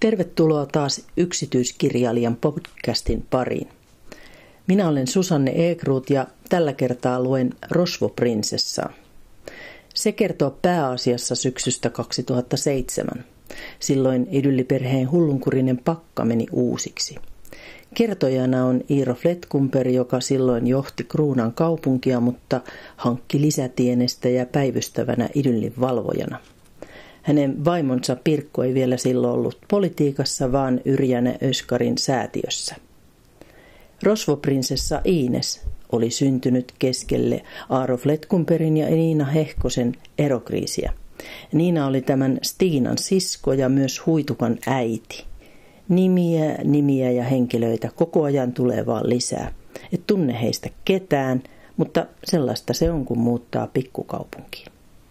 Tervetuloa taas yksityiskirjailijan podcastin pariin. Minä olen Susanne Eekruut ja tällä kertaa luen Rosvoprinsessaa. Se kertoo pääasiassa syksystä 2007. Silloin idylliperheen hullunkurinen pakka meni uusiksi. Kertojana on Iiro Fletcumber, joka silloin johti Kruunan kaupunkia, mutta hankki lisätienestä ja päivystävänä idyllin valvojana. Hänen vaimonsa Pirkko ei vielä silloin ollut politiikassa, vaan Yrjänä Öskarin säätiössä. Rosvoprinsessa Ines oli syntynyt keskelle Aaro Fletcumberin ja Niina Hehkosen erokriisiä. Niina oli tämän Stiinan sisko ja myös Huitukan äiti. Nimiä ja henkilöitä koko ajan tulee vaan lisää. Et tunne heistä ketään, mutta sellaista se on, kun muuttaa pikkukaupunkiin.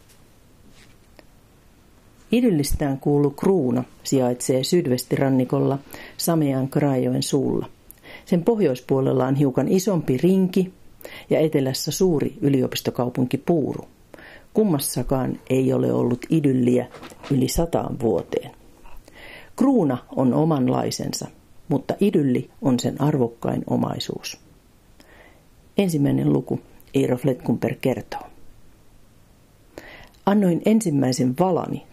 Idyllistään kuulu Kruuna sijaitsee sydvestirannikolla Samean Krajoen suulla. Sen pohjoispuolella on hiukan isompi rinki ja etelässä suuri yliopistokaupunki Puuru. Kummassakaan ei ole ollut idylliä yli 100 vuoteen. Kruuna on omanlaisensa, mutta idylli on sen arvokkain omaisuus. Ensimmäinen luku Iiro Fletcumber kertoo. Annoin ensimmäisen valani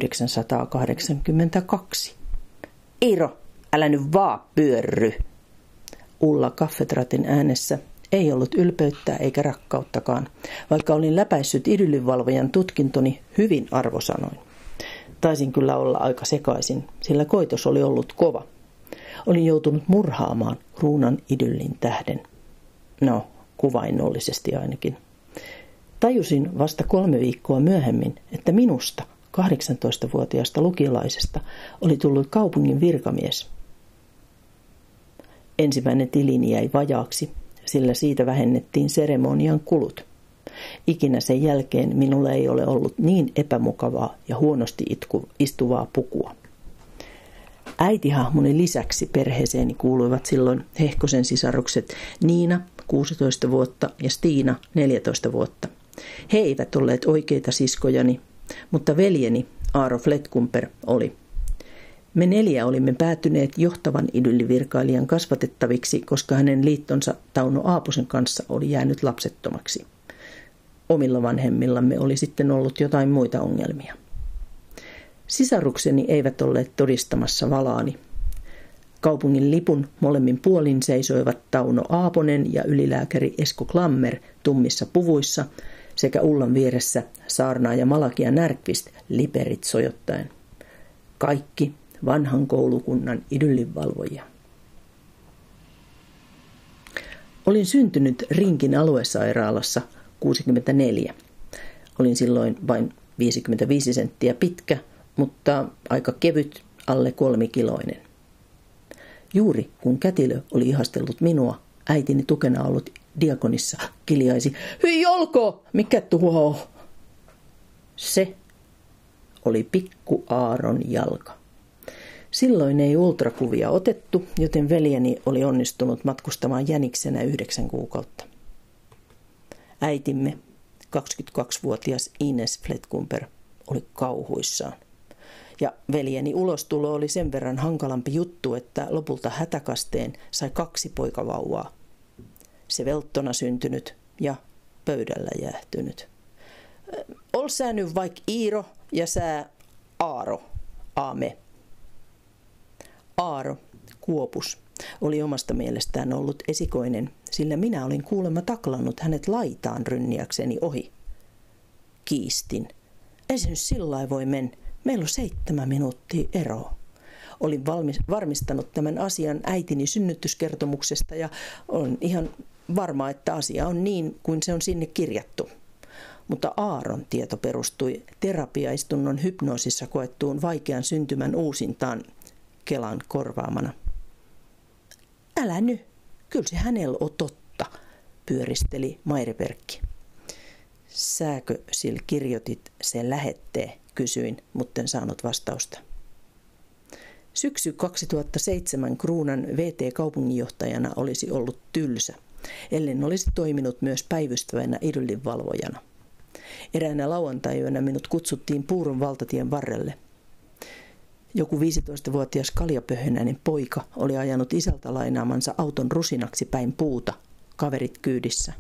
1982. Iiro, älä nyt vaan pyörry. Ulla Kaffetratin äänessä ei ollut ylpeyttä eikä rakkauttakaan, vaikka olin läpäissyt idyllinvalvojan tutkintoni hyvin arvosanoin. Taisin kyllä olla aika sekaisin, sillä koitos oli ollut kova. Olin joutunut murhaamaan Kruunan idyllin tähden. No, kuvainnollisesti ainakin. Tajusin vasta 3 viikkoa myöhemmin, että minusta, 18-vuotiaasta lukiolaisesta, oli tullut kaupungin virkamies. Ensimmäinen tilini jäi vajaaksi, sillä siitä vähennettiin seremonian kulut. Ikinä sen jälkeen minulla ei ole ollut niin epämukavaa ja huonosti istuvaa pukua. Äitihahmoni lisäksi perheeseeni kuuluivat silloin Hehkosen sisarukset Niina, 16 vuotta, ja Stiina, 14 vuotta. He eivät olleet oikeita siskojani, mutta veljeni Aaro Fletcumber oli. Me 4 olimme päätyneet johtavan idyllivirkailijan kasvatettaviksi, koska hänen liittonsa Tauno Aaposen kanssa oli jäänyt lapsettomaksi. Omilla vanhemmillamme oli sitten ollut jotain muita ongelmia. Sisarukseni eivät olleet todistamassa valaani. Kaupungin lipun molemmin puolin seisoivat Tauno Aaponen ja ylilääkäri Esko Klammer tummissa puvuissa sekä Ullan vieressä saarnaaja Malakia Närkvist liperit sojottaen. Kaikki vanhan koulukunnan idyllinvalvojia. Olin syntynyt Rinkin aluesairaalassa 64. Olin silloin vain 55 senttiä pitkä, mutta aika kevyt, alle 3-kiloinen. Juuri kun kätilö oli ihastellut minua, äitini tukena ollut diakonissa kiljaisi, hyi olko, mikä tuo? Se oli pikku Aaron jalka. Silloin ei ultrakuvia otettu, joten veljeni oli onnistunut matkustamaan jäniksenä 9 kuukautta. Äitimme, 22-vuotias Ines Fletcumber, oli kauhuissaan. Ja veljeni ulostulo oli sen verran hankalampi juttu, että lopulta hätäkasteen sai 2 poikavauvaa. Se velttona syntynyt ja pöydällä jäähtynyt. Ol sä nyt vaik Iiro ja sä Aaro, Aame. Aaro, Kuopus, oli omasta mielestään ollut esikoinen, sillä minä olin kuulemma taklannut hänet laitaan rynniäkseni ohi. Kiistin. Ei se nyt sillai voi mennä. Meillä on 7 minuuttia eroa. Olin varmistanut tämän asian äitini synnytyskertomuksesta ja olen ihan varma, että asia on niin kuin se on sinne kirjattu. Mutta Aaron tieto perustui terapiaistunnon hypnoosissa koettuun vaikean syntymän uusintaan Kelan korvaamana. Älä nyt, kyllä se hänellä on totta, pyöristeli Mairiperkki. Sääkö sillä kirjoitit sen lähetteen, kysyin, mutten saanut vastausta. Syksy 2007 Kruunan VT-kaupunginjohtajana olisi ollut tylsä, ellen olisi toiminut myös päivystävänä idyllinvalvojana. Eräänä lauantaiyönä minut kutsuttiin Puurun valtatien varrelle. Joku 15-vuotias kaljapöhönäinen poika oli ajanut isältä lainaamansa auton rusinaksi päin puuta, kaverit kyydissä.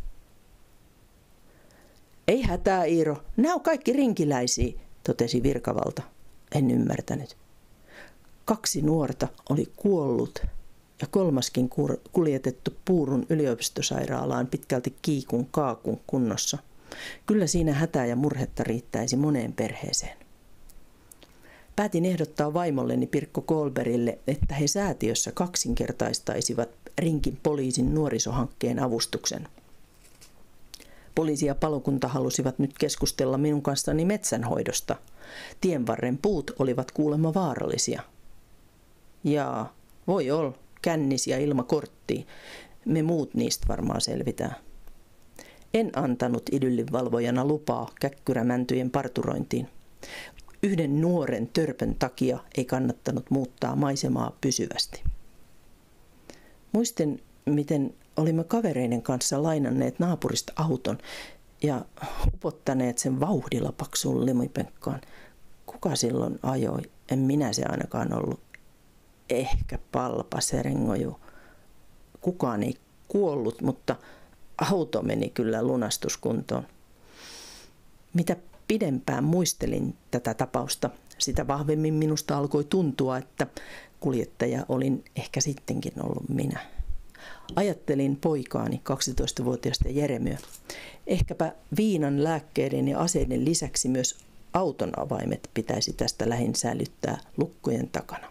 Ei hätää, Iiro, nämä on kaikki rinkiläisiä, totesi virkavalta. En ymmärtänyt. 2 nuorta oli kuollut ja 3. kuljetettu Puurun yliopistosairaalaan pitkälti kiikun kaakun kunnossa. Kyllä siinä hätää ja murhetta riittäisi moneen perheeseen. Päätin ehdottaa vaimolleni Pirkko Kolberille, että he säätiössä kaksinkertaistaisivat Rinkin poliisin nuorisohankkeen avustuksen. Poliisi ja palokunta halusivat nyt keskustella minun kanssani metsänhoidosta. Tienvarren puut olivat kuulemma vaarallisia. Jaa, voi olla, kännis ja ilmakortti. Me muut niistä varmaan selvitään. En antanut idyllinvalvojana lupaa käkkyrämäntyjen parturointiin. 1 nuoren törpön takia ei kannattanut muuttaa maisemaa pysyvästi. Muistin, miten olimme kavereiden kanssa lainanneet naapurista auton ja upottaneet sen vauhdilla paksuun lumipenkkaan. Kuka silloin ajoi? En minä se ainakaan ollut. Ehkä Palpa Serengoju. Kukaan ei kuollut, mutta auto meni kyllä lunastuskuntoon. Mitä pidempään muistelin tätä tapausta, sitä vahvemmin minusta alkoi tuntua, että kuljettaja olin ehkä sittenkin ollut minä. Ajattelin poikaani, 12-vuotiaasta Jeremyä. Ehkäpä viinan, lääkkeiden ja aseiden lisäksi myös auton avaimet pitäisi tästä lähin säilyttää lukkojen takana.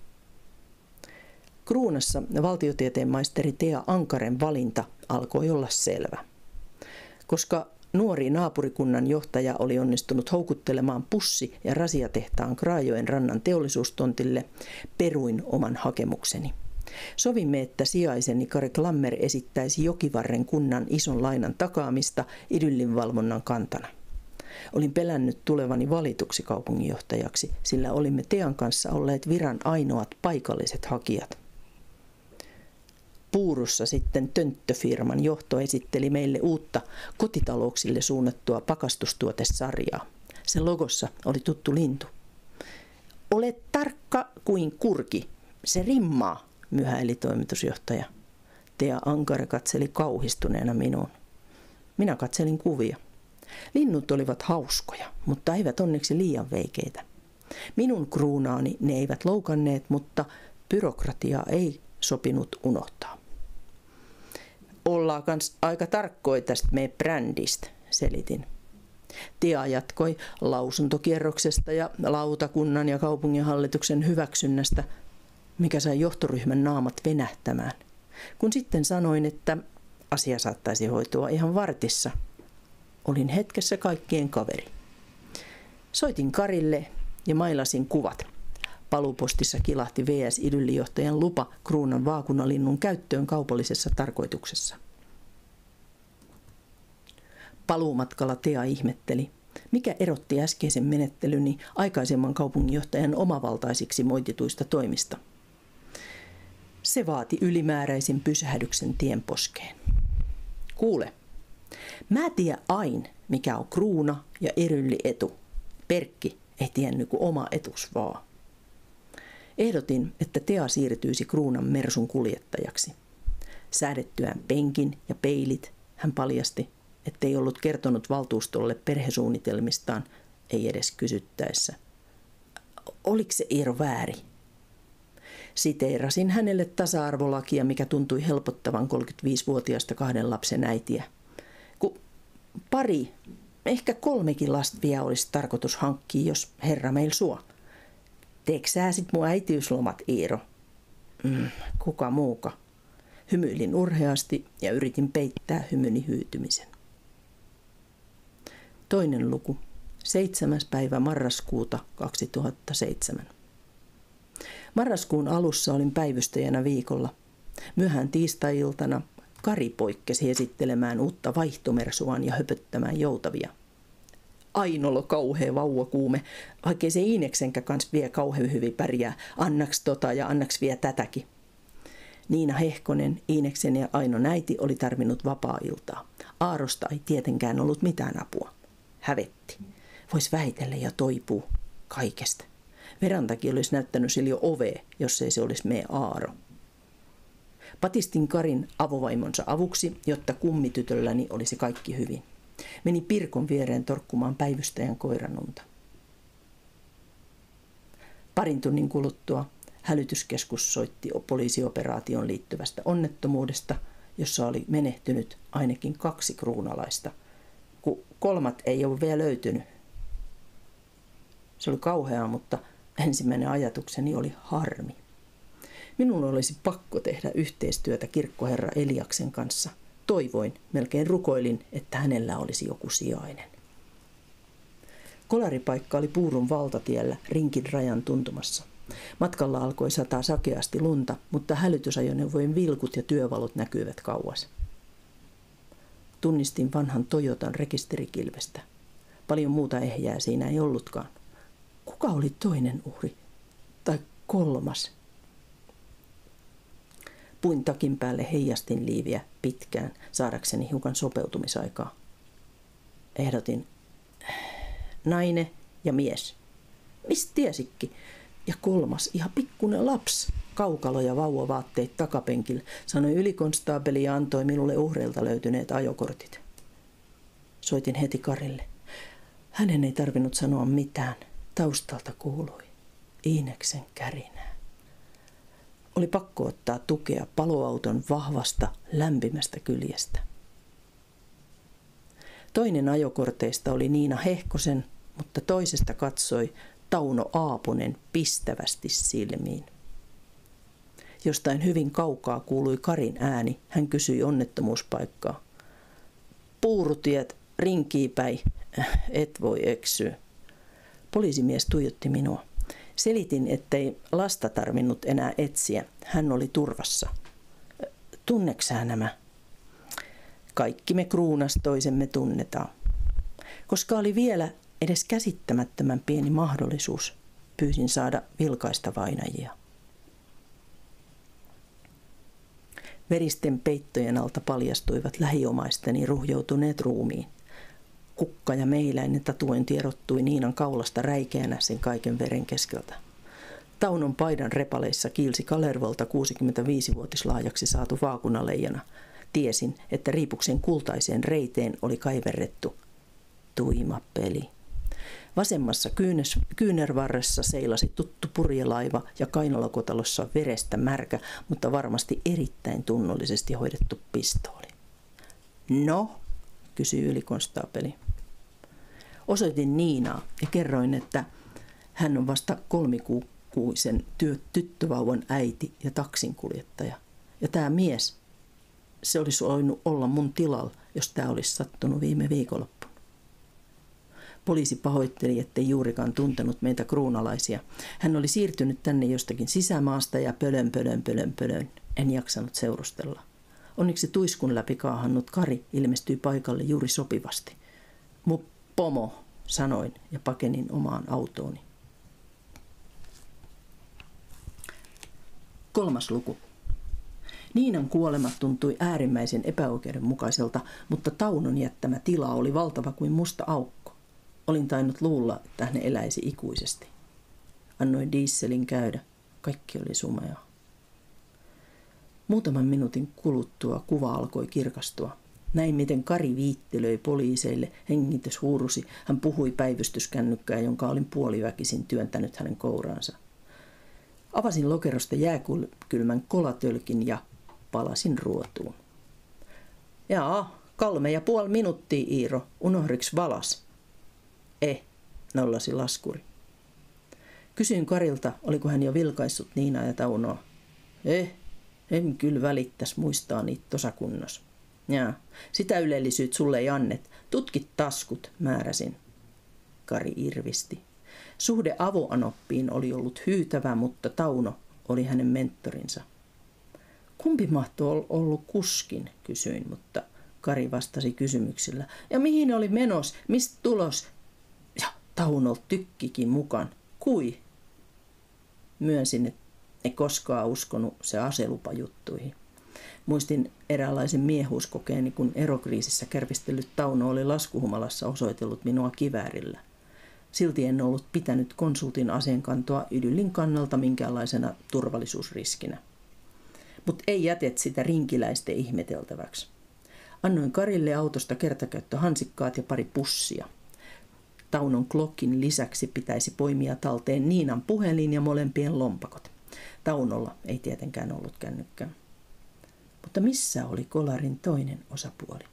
Kruunassa valtiotieteen maisteri Tea Ankaren valinta alkoi olla selvä. Koska nuori naapurikunnan johtaja oli onnistunut houkuttelemaan pussi- ja rasiatehtaan Kraajoen rannan teollisuustontille, peruin oman hakemukseni. Sovimme, että sijaiseni Kari Klammer esittäisi Jokivarren kunnan ison lainan takaamista idyllinvalvonnan kantana. Olin pelännyt tulevani valituksi kaupunginjohtajaksi, sillä olimme Tean kanssa olleet viran ainoat paikalliset hakijat. Puurussa sitten Tönttöfirman johto esitteli meille uutta kotitalouksille suunnattua pakastustuotesarjaa. Sen logossa oli tuttu lintu. Ole tarkka kuin kurki, se rimmaa, myhäili toimitusjohtaja. Tea Ankare katseli kauhistuneena minuun. Minä katselin kuvia. Linnut olivat hauskoja, mutta eivät onneksi liian veikeitä. Minun kruunaani ne eivät loukanneet, mutta byrokratiaa ei sopinut unohtaa. Ollaan kans aika tarkkoja tästä meidän brändistä, selitin. Tea jatkoi lausuntokierroksesta ja lautakunnan ja kaupunginhallituksen hyväksynnästä, mikä sai johtoryhmän naamat venähtämään. Kun sitten sanoin, että asia saattaisi hoitua ihan vartissa, olin hetkessä kaikkien kaveri. Soitin Karille ja mailasin kuvat. Paluupostissa kilahti VS-idyllijohtajan lupa kruunan vaakunalinnun käyttöön kaupallisessa tarkoituksessa. Paluumatkalla Tea ihmetteli, mikä erotti äskeisen menettelyni aikaisemman kaupunginjohtajan omavaltaisiksi moitituista toimista. Se vaati ylimääräisen pysähdyksen tienposkeen. Kuule, mä tiedän aina, mikä on kruuna ja erylli etu. Perkki ei tiennyt kuin oma etus vaan. Ehdotin, että Tea siirtyisi kruunan Mersun kuljettajaksi. Säädettyään penkin ja peilit, hän paljasti, ettei ollut kertonut valtuustolle perhesuunnitelmistaan, ei edes kysyttäessä. Oliko se Iiro väärin? Siteerasin hänelle tasa-arvolakia, mikä tuntui helpottavan 35-vuotiaasta 2 lapsen äitiä. Kun 2, ehkä 3 lasta vielä olisi tarkoitus hankkia, jos herra meillä suo. Teekö sä sit mun äitiyslomat, Iiro? Kuka muuka? Hymyilin urheasti ja yritin peittää hymyni hyytymisen. 2. luku. 7. päivä marraskuuta 2007. Marraskuun alussa olin päivystäjänä viikolla. Myöhään tiistai-iltana Kari poikkesi esittelemään uutta vaihtomersuaan ja höpöttämään joutavia. Ainolo kauhea vauvakuume, vaikkei se Iineksenkä kans vie kauhean hyvin pärjää, annaks tota ja annaks vie tätäkin. Niina Hehkonen, Iineksen ja Ainon äiti, oli tarvinnut vapaa-iltaa. Aarosta ei tietenkään ollut mitään apua. Hävetti. Vois väitellä ja toipuu kaikesta. Verantakin olisi näyttänyt sille jo ovea, jos ei se olisi meidän Aaro. Patistin Karin avovaimonsa avuksi, jotta kummitytölläni olisi kaikki hyvin. Meni Pirkon viereen torkkumaan päivystäjän koiranunta. Parin tunnin kuluttua hälytyskeskus soitti poliisioperaation liittyvästä onnettomuudesta, jossa oli menehtynyt ainakin 2 kruunalaista, kun 3 ei ole vielä löytynyt. Se oli kauheaa, mutta ensimmäinen ajatukseni oli harmi. Minun olisi pakko tehdä yhteistyötä kirkkoherra Eliaksen kanssa. Toivoin, melkein rukoilin, että hänellä olisi joku sijainen. Kolaripaikka oli Puurun valtatiellä Rinkin rajan tuntumassa. Matkalla alkoi sataa sakeasti lunta, mutta hälytysajoneuvojen vilkut ja työvalot näkyivät kauas. Tunnistin vanhan Toyotan rekisterikilvestä. Paljon muuta ehjää siinä ei ollutkaan. Kuka oli toinen uhri? Tai 3? Puin takin päälle heijastin liiviä pitkään saadakseni hiukan sopeutumisaikaa. Ehdotin, nainen ja mies. Mistä tiesikki? Ja 3, ihan pikkuinen lapsi, kaukalo ja vauvavaatteet takapenkillä, sanoi ylikonstaapeli ja antoi minulle uhreilta löytyneet ajokortit. Soitin heti Karille. Hänen ei tarvinnut sanoa mitään. Taustalta kuului Iineksen kärinää. Oli pakko ottaa tukea paloauton vahvasta, lämpimästä kyljestä. Toinen ajokorteista oli Niina Hehkosen, mutta toisesta katsoi Tauno Aaponen pistävästi silmiin. Jostain hyvin kaukaa kuului Karin ääni. Hän kysyi onnettomuuspaikkaa. Puurutiet, Rinkiin päin, et voi eksyä. Poliisimies tuijotti minua. Selitin, ettei lasta tarvinnut enää etsiä. Hän oli turvassa. Tunneksää nämä? Kaikki me kruunas toisemme tunnetaan. Koska oli vielä edes käsittämättömän pieni mahdollisuus, pyysin saada vilkaista vainajia. Veristen peittojen alta paljastuivat lähiomaisteni ruhjoutuneet ruumiin. Kukka ja meiläinen tatuointi erottui Niinan kaulasta räikeänä sen kaiken veren keskeltä. Taunon paidan repaleissa kiilsi Kalervolta 65-vuotislaajaksi saatu vaakunaleijana. Tiesin, että riipuksen kultaiseen reiteen oli kaiverrettu tuima peli. Vasemmassa kyynärvarressa seilasi tuttu purjelaiva ja kainalokotalossa verestä märkä, mutta varmasti erittäin tunnollisesti hoidettu pistooli. No, kysyi ylikonstaapeli. Osoitin Niinaa ja kerroin, että hän on vasta 3-kuukauden tyttövauvan äiti ja taksinkuljettaja. Ja tämä mies, se olisi voinut olla mun tilalla, jos tämä olisi sattunut viime viikonloppuna. Poliisi pahoitteli, ettei juurikaan tuntenut meitä kruunalaisia. Hän oli siirtynyt tänne jostakin sisämaasta ja pölön. En jaksanut seurustella. Onneksi tuiskun läpi kaahannut Kari ilmestyi paikalle juuri sopivasti. Mu pomo, sanoin ja pakenin omaan autooni. 3. luku. Niinan kuolema tuntui äärimmäisen epäoikeudenmukaiselta, mutta Taunon jättämä tila oli valtava kuin musta aukko. Olin tainnut luulla, että hän eläisi ikuisesti. Annoin dieselin käydä. Kaikki oli sumeaa. Muutaman minuutin kuluttua kuva alkoi kirkastua. Näin, miten Kari viittelöi poliiseille, hengitys huurusi. Hän puhui päivystyskännykkää, jonka olin puoliväkisin työntänyt hänen kouraansa. Avasin lokerosta jääkylmän kolatölkin ja palasin ruotuun. Jaa, 3,5 minuuttia, Iiro. Unohdiks valas? Nollasi laskuri. Kysyin Karilta, oliko hän jo vilkaissut Niinaa ja Taunoa. En kyllä välittäisi muistaa niitä tosakunnos. Jaa, sitä ylellisyyt sulle ei annet. Tutkit taskut, määräsin. Kari irvisti. Suhde avoanoppiin oli ollut hyytävä, mutta Tauno oli hänen mentorinsa. Kumpi mahtoi ollut kuskin, kysyin, mutta Kari vastasi kysymyksillä. Ja mihin oli menos? Mistä tulos? Ja Tauno tykkikin mukaan. Kui? Myönsin, että ei koskaan uskonut se aselupajuttuihin. Muistin eräänlaisen miehuuskokeeni, kun erokriisissä kärvistellyt Tauno oli laskuhumalassa osoitellut minua kiväärillä. Silti en ollut pitänyt konsultin aseenkantoa idyllin kannalta minkäänlaisena turvallisuusriskinä. Mutta ei jätet sitä rinkiläistä ihmeteltäväksi. Annoin Karille autosta kertakäyttöhansikkaat ja pari pussia. Taunon klokin lisäksi pitäisi poimia talteen Niinan puhelin ja molempien lompakot. Taunolla ei tietenkään ollut kännykkää. Mutta missä oli kolarin toinen osapuoli?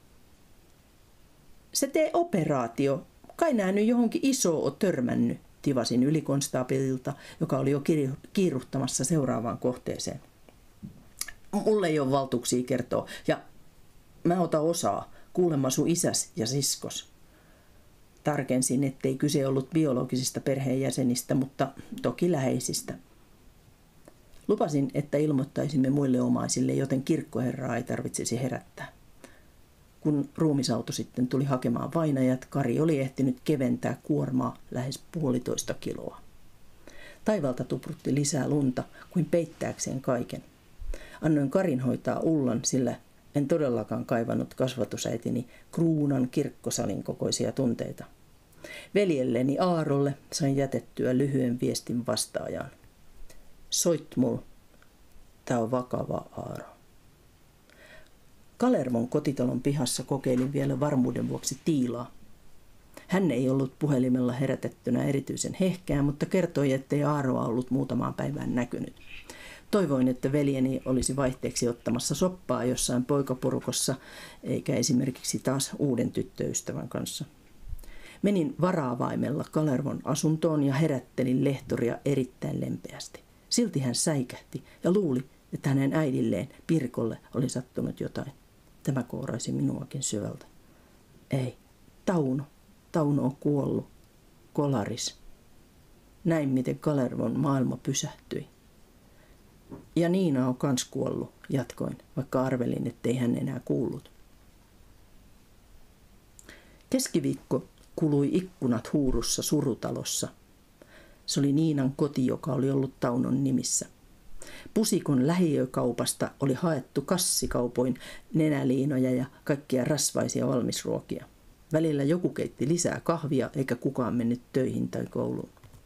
Se tee operaatio. Kai nää nyt johonkin isoon on törmännyt, tivasin ylikonstaapelilta, joka oli jo kiiruhtamassa seuraavaan kohteeseen. Mulle ei ole valtuuksia kertoa, ja mä otan osaa, kuulemma sun isäs ja siskos. Tarkensin, ettei kyse ollut biologisista perheenjäsenistä, mutta toki läheisistä. Lupasin, että ilmoittaisimme muille omaisille, joten kirkkoherraa ei tarvitsisi herättää. Kun ruumisauto sitten tuli hakemaan vainajat, Kari oli ehtinyt keventää kuormaa lähes 1,5 kiloa. Taivalta tuprutti lisää lunta kuin peittääkseen kaiken. Annoin Karin hoitaa Ullan, sillä en todellakaan kaivannut kasvatusäitini kruunan kirkkosalin kokoisia tunteita. Veljelleni Aarolle sain jätettyä lyhyen viestin vastaajaan. Soit mul. Tää on vakava, Aaro. Kalervon kotitalon pihassa kokeilin vielä varmuuden vuoksi Tiilaa. Hän ei ollut puhelimella herätettynä erityisen hehkeä, mutta kertoi, ettei Aaroa ollut muutamaan päivään näkynyt. Toivoin, että veljeni olisi vaihteeksi ottamassa soppaa jossain poikaporukossa, eikä esimerkiksi taas uuden tyttöystävän kanssa. Menin varaavaimella Kalervon asuntoon ja herättelin lehtoria erittäin lempeästi. Silti hän säikähti ja luuli, että hänen äidilleen Pirkolle oli sattunut jotain. Tämä kouraisi minuakin syvältä. Ei, Tauno on kuollut. Kolaris. Näin, miten Kalervon maailma pysähtyi. Ja Niina on kans kuollut, jatkoin, vaikka arvelin, ettei hän enää kuullut. Keskiviikko kului ikkunat huurussa surutalossa. Se oli Niinan koti, joka oli ollut Taunon nimissä. Pusikon lähiökaupasta oli haettu kassikaupoin nenäliinoja ja kaikkia rasvaisia valmisruokia. Välillä joku keitti lisää kahvia, eikä kukaan mennyt töihin tai kouluun.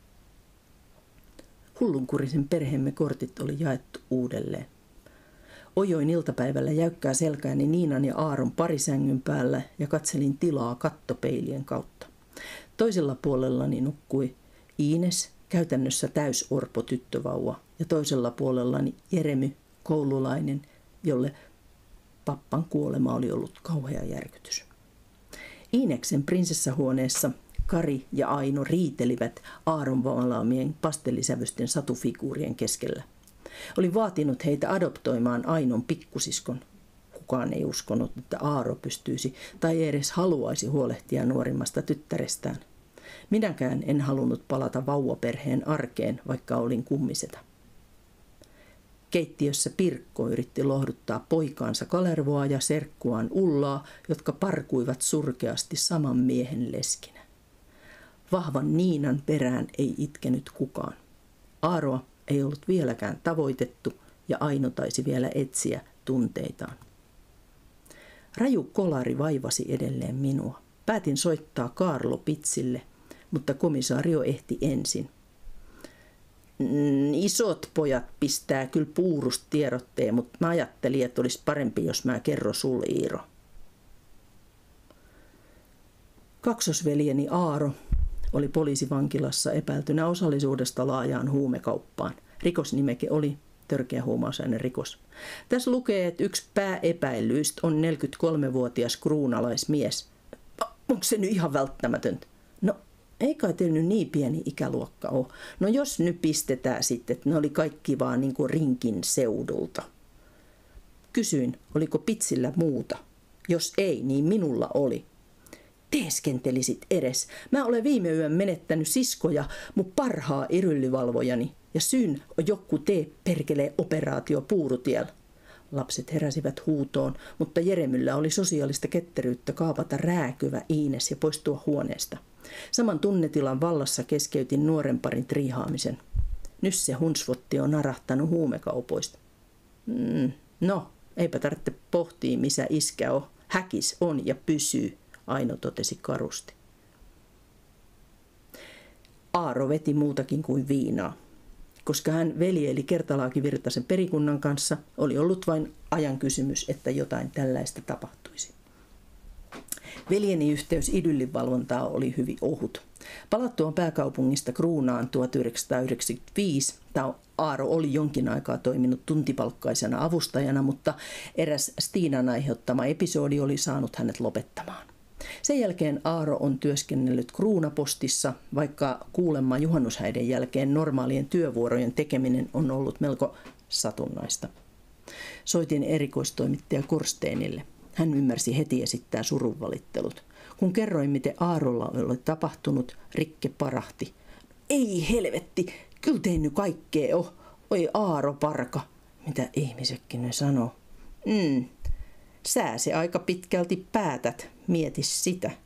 Hullunkurisen perheemme kortit oli jaettu uudelleen. Ojoin iltapäivällä jäykkää selkääni Niinan ja Aaron parisängyn päällä ja katselin tilaa kattopeilien kautta. Toisella puolellani nukkui Iines, käytännössä täysorpo tyttövauva, ja toisella puolellani Jeremy, koululainen, jolle pappan kuolema oli ollut kauhea järkytys. Iineksen prinsessahuoneessa Kari ja Aino riitelivät Aaron maalaamien pastellisävysten satufiguurien keskellä. Oli vaatinut heitä adoptoimaan Ainon pikkusiskon. Kukaan ei uskonut, että Aaro pystyisi tai edes haluaisi huolehtia nuorimmasta tyttärestään. Minäkään en halunnut palata vauvaperheen arkeen, vaikka olin kummisetä. Keittiössä Pirkko yritti lohduttaa poikaansa Kalervoa ja serkkuaan Ullaa, jotka parkuivat surkeasti saman miehen leskinä. Vahvan Niinan perään ei itkenyt kukaan. Aaroa ei ollut vieläkään tavoitettu ja Aino taisi vielä etsiä tunteitaan. Raju kolari vaivasi edelleen minua. Päätin soittaa Kaarlo Pitsille, mutta komisario ehti ensin. Isot pojat pistää kyllä puurusta tiedotteen, mutta mä ajattelin, että olisi parempi, jos mä kerron sulle, Iiro. Kaksosveljeni Aaro oli poliisivankilassa epäiltynä osallisuudesta laajaan huumekauppaan. Rikosnimeke oli törkeä huumausainerikos. Tässä lukee, että yksi pääepäilyistä on 43-vuotias kruunalaismies. Onko se nyt ihan välttämätöntä? No, ei kai teillä nyt niin pieni ikäluokka ole. No jos nyt pistetään sitten, että ne oli kaikki vaan niin kuin rinkin seudulta. Kysyin, oliko Pitsillä muuta. Jos ei, niin minulla oli. Teeskentelisit edes. Mä olen viime yön menettänyt siskoja mun parhaa iryllivalvojani. Ja syyn on joku tee perkelee operaatio Puurutiellä. Lapset heräsivät huutoon, mutta Jeremyllä oli sosiaalista ketteryyttä kaapata rääkyvä Iines ja poistua huoneesta. Saman tunnetilan vallassa keskeytin nuoren parin triihaamisen. Nyt se hunsvotti on narahtanut huumekaupoista. No, eipä tarvitse pohtia, missä iskä on. Häkis on ja pysyy, Aino totesi karusti. Aaro veti muutakin kuin viinaa. Koska hän veljeli Kertalaakin Virtasen perikunnan kanssa, oli ollut vain ajan kysymys, että jotain tällaista tapahtuisi. Veljeni yhteys idyllinvalvontaa oli hyvin ohut. Palattuaan pääkaupungista Kruunaan 1995, Aaro oli jonkin aikaa toiminut tuntipalkkaisena avustajana, mutta eräs Stiinan aiheuttama episodi oli saanut hänet lopettamaan. Sen jälkeen Aaro on työskennellyt Kruunapostissa, vaikka kuulemma juhannushäiden jälkeen normaalien työvuorojen tekeminen on ollut melko satunnaista. Soitin erikoistoimittaja Korsteenille. Hän ymmärsi heti esittää surunvalittelut. Kun kerroin, miten Aarolla oli tapahtunut, Rikke parahti. Ei helvetti, kyllä tein nyt kaikkea oh. Oi Aaro parka. Mitä ihmisetkin ne sanoo? Sä se aika pitkälti päätät, mieti sitä.